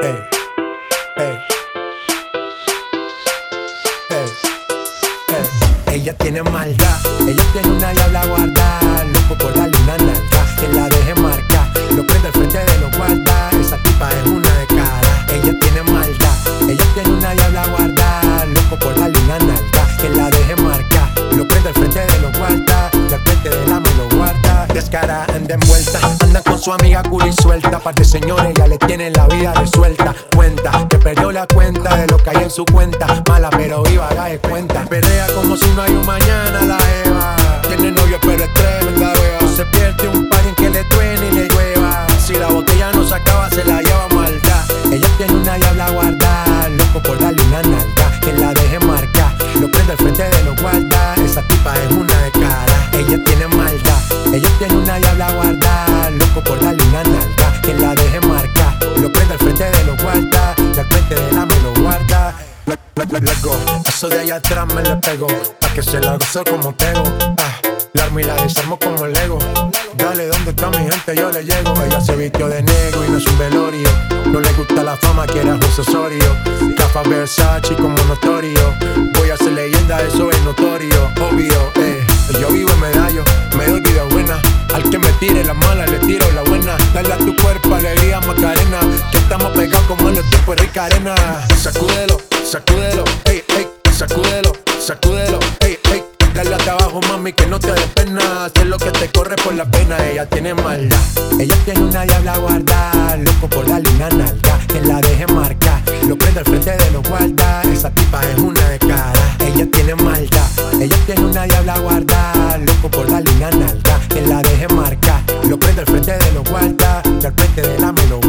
Ey, ey, ey, ey. Ella tiene maldad, ella tiene una diabla guardada, loco por darle una nalga, que la deje marcar, lo prende al frente de los guardas, esa tipa es una de cara. Ella tiene maldad, ella tiene una diabla guardada, loco por darle una nalga, que la deje marcar, lo prende al frente de los guardas, y al frente de la me lo guarda. Descara, anda envuelta, anda con su amiga culi suelta, par de señores ya le tiene la vida resuelta. Cuenta que perdió la cuenta de lo que hay en su cuenta, mala pero viva, haga de cuenta. Perrea como si no hay un mañana la Eva, tiene novio pero es tremenda hueva. No se pierde un par en que le truene y le llueva, si la botella no se acaba se la lleva maldad. Ella tiene una diabla guardada, loco por darle una nalga, que la deje marcar, lo prende al frente de los guardas, esa tipa es una de cara. Ella tiene maldad, ella tiene una diabla guardada, loco por darle una nalga, que la deje marcar, lo prende al frente de los guardas, y al frente de la me lo guarda. Let's go, eso de allá atrás me le pego, pa' que se la gozo como tego. La armo y la desarmo como Lego. Dale, ¿dónde está mi gente? Yo le llego. Ella se vistió de negro y no es un velorio. No le gusta la fama, quiere a José Osorio. Gafas Versace como notorio. Voy a ser leyenda, eso es notorio. Obvio, yo vivo en medallo, me doy vida buena. Al que me tire la mala, le tiro la buena. Dale a tu cuerpo alegría, Macarena, que estamos pegados como en los tiempos de Rica Arena. Sacúdelo, sacúdelo, ey, ey, sacúdelo, sacúdelo, ey, ey. Dale hasta abajo, mami, que no te dé pena. Hacer lo que te corre por la pena. Ella tiene maldad, ella tiene una diabla guardada, loco por darle una nalga, que la deje marcar, lo prende al frente de los guardas, esa tipa es una de cara. Ella tiene maldad, ella tiene una diabla guardada, loco por darle una nalga, que la deje marcar, lo prende al frente de los guardas, y al frente de la me lo